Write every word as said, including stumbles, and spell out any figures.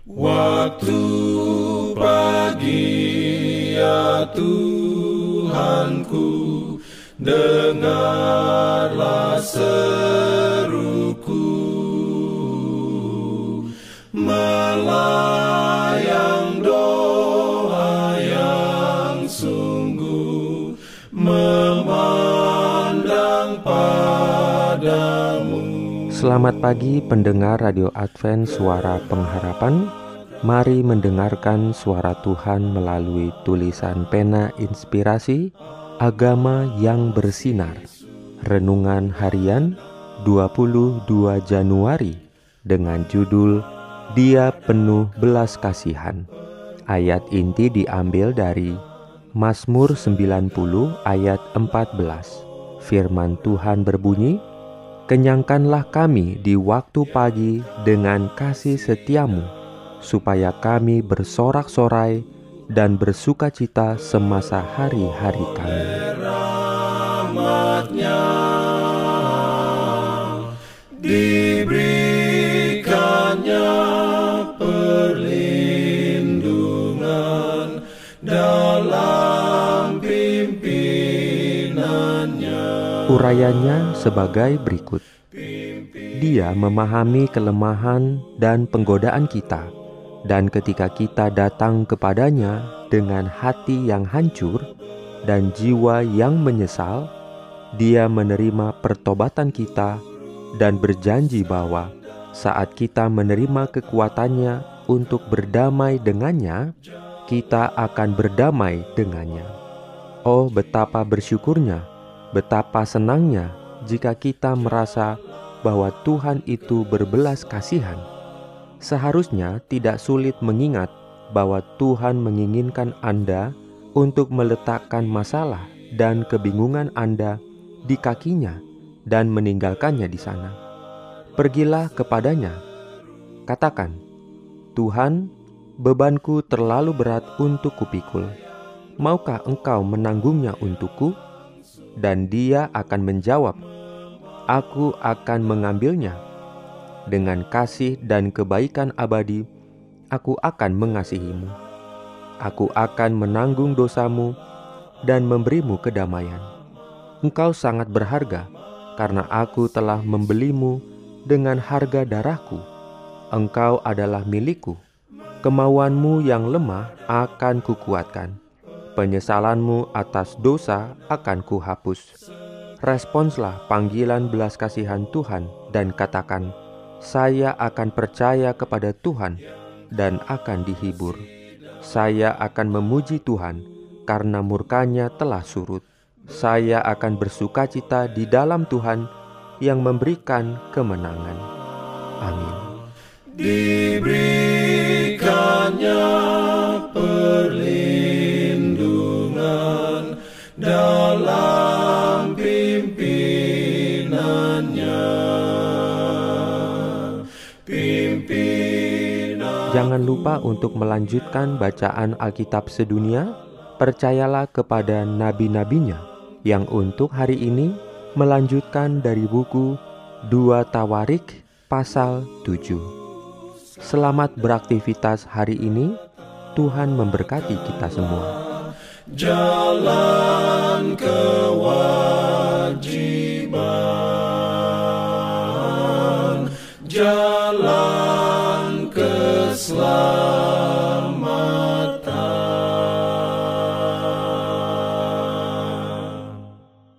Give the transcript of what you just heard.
Waktu pagi ya Tuhanku, dengarlah seruku, melayang doa yang sungguh, memandang padamu. Selamat pagi pendengar Radio Advent Suara Pengharapan. Mari mendengarkan suara Tuhan melalui tulisan pena inspirasi Agama yang Bersinar. Renungan harian dua puluh dua Januari dengan judul Dia Penuh Belas Kasihan. Ayat inti diambil dari Mazmur sembilan puluh ayat empat belas. Firman Tuhan berbunyi, "Kenyangkanlah kami di waktu pagi dengan kasih setiamu, supaya kami bersorak-sorai dan bersukacita semasa hari-hari kami." Rahmatnya diberikannya perlindungan dalam pimpinannya. Urayanya sebagai berikut. Dia memahami kelemahan dan penggodaan kita, dan ketika kita datang kepadanya dengan hati yang hancur dan jiwa yang menyesal, Dia menerima pertobatan kita dan berjanji bahwa saat kita menerima kekuatannya untuk berdamai dengannya, kita akan berdamai dengannya. Oh, betapa bersyukurnya, betapa senangnya jika kita merasa bahwa Tuhan itu berbelas kasihan. Seharusnya tidak sulit mengingat bahwa Tuhan menginginkan Anda untuk meletakkan masalah dan kebingungan Anda di kakinya dan meninggalkannya di sana. Pergilah kepadanya. Katakan, "Tuhan, bebanku terlalu berat untuk kupikul. Maukah Engkau menanggungnya untukku?" Dan Dia akan menjawab, "Aku akan mengambilnya. Dengan kasih dan kebaikan abadi, aku akan mengasihimu. Aku akan menanggung dosamu dan memberimu kedamaian. Engkau sangat berharga, karena aku telah membelimu dengan harga darahku. Engkau adalah milikku. Kemauanmu yang lemah akan kukuatkan. Penyesalanmu atas dosa akan kuhapus." Responslah panggilan belas kasihan Tuhan dan katakan, "Saya akan percaya kepada Tuhan dan akan dihibur. Saya akan memuji Tuhan karena murka-Nya telah surut. Saya akan bersukacita di dalam Tuhan yang memberikan kemenangan." Amin. Diberikannya perlindungan dalam pimpinannya. Pimpinan. Jangan lupa untuk melanjutkan bacaan Alkitab sedunia. Percayalah kepada nabi-nabinya yang untuk hari ini melanjutkan dari buku dua Tawarik pasal tujuh. Selamat beraktivitas hari ini. Tuhan memberkati kita semua. Jalan kewajiban, jalan keselamatan.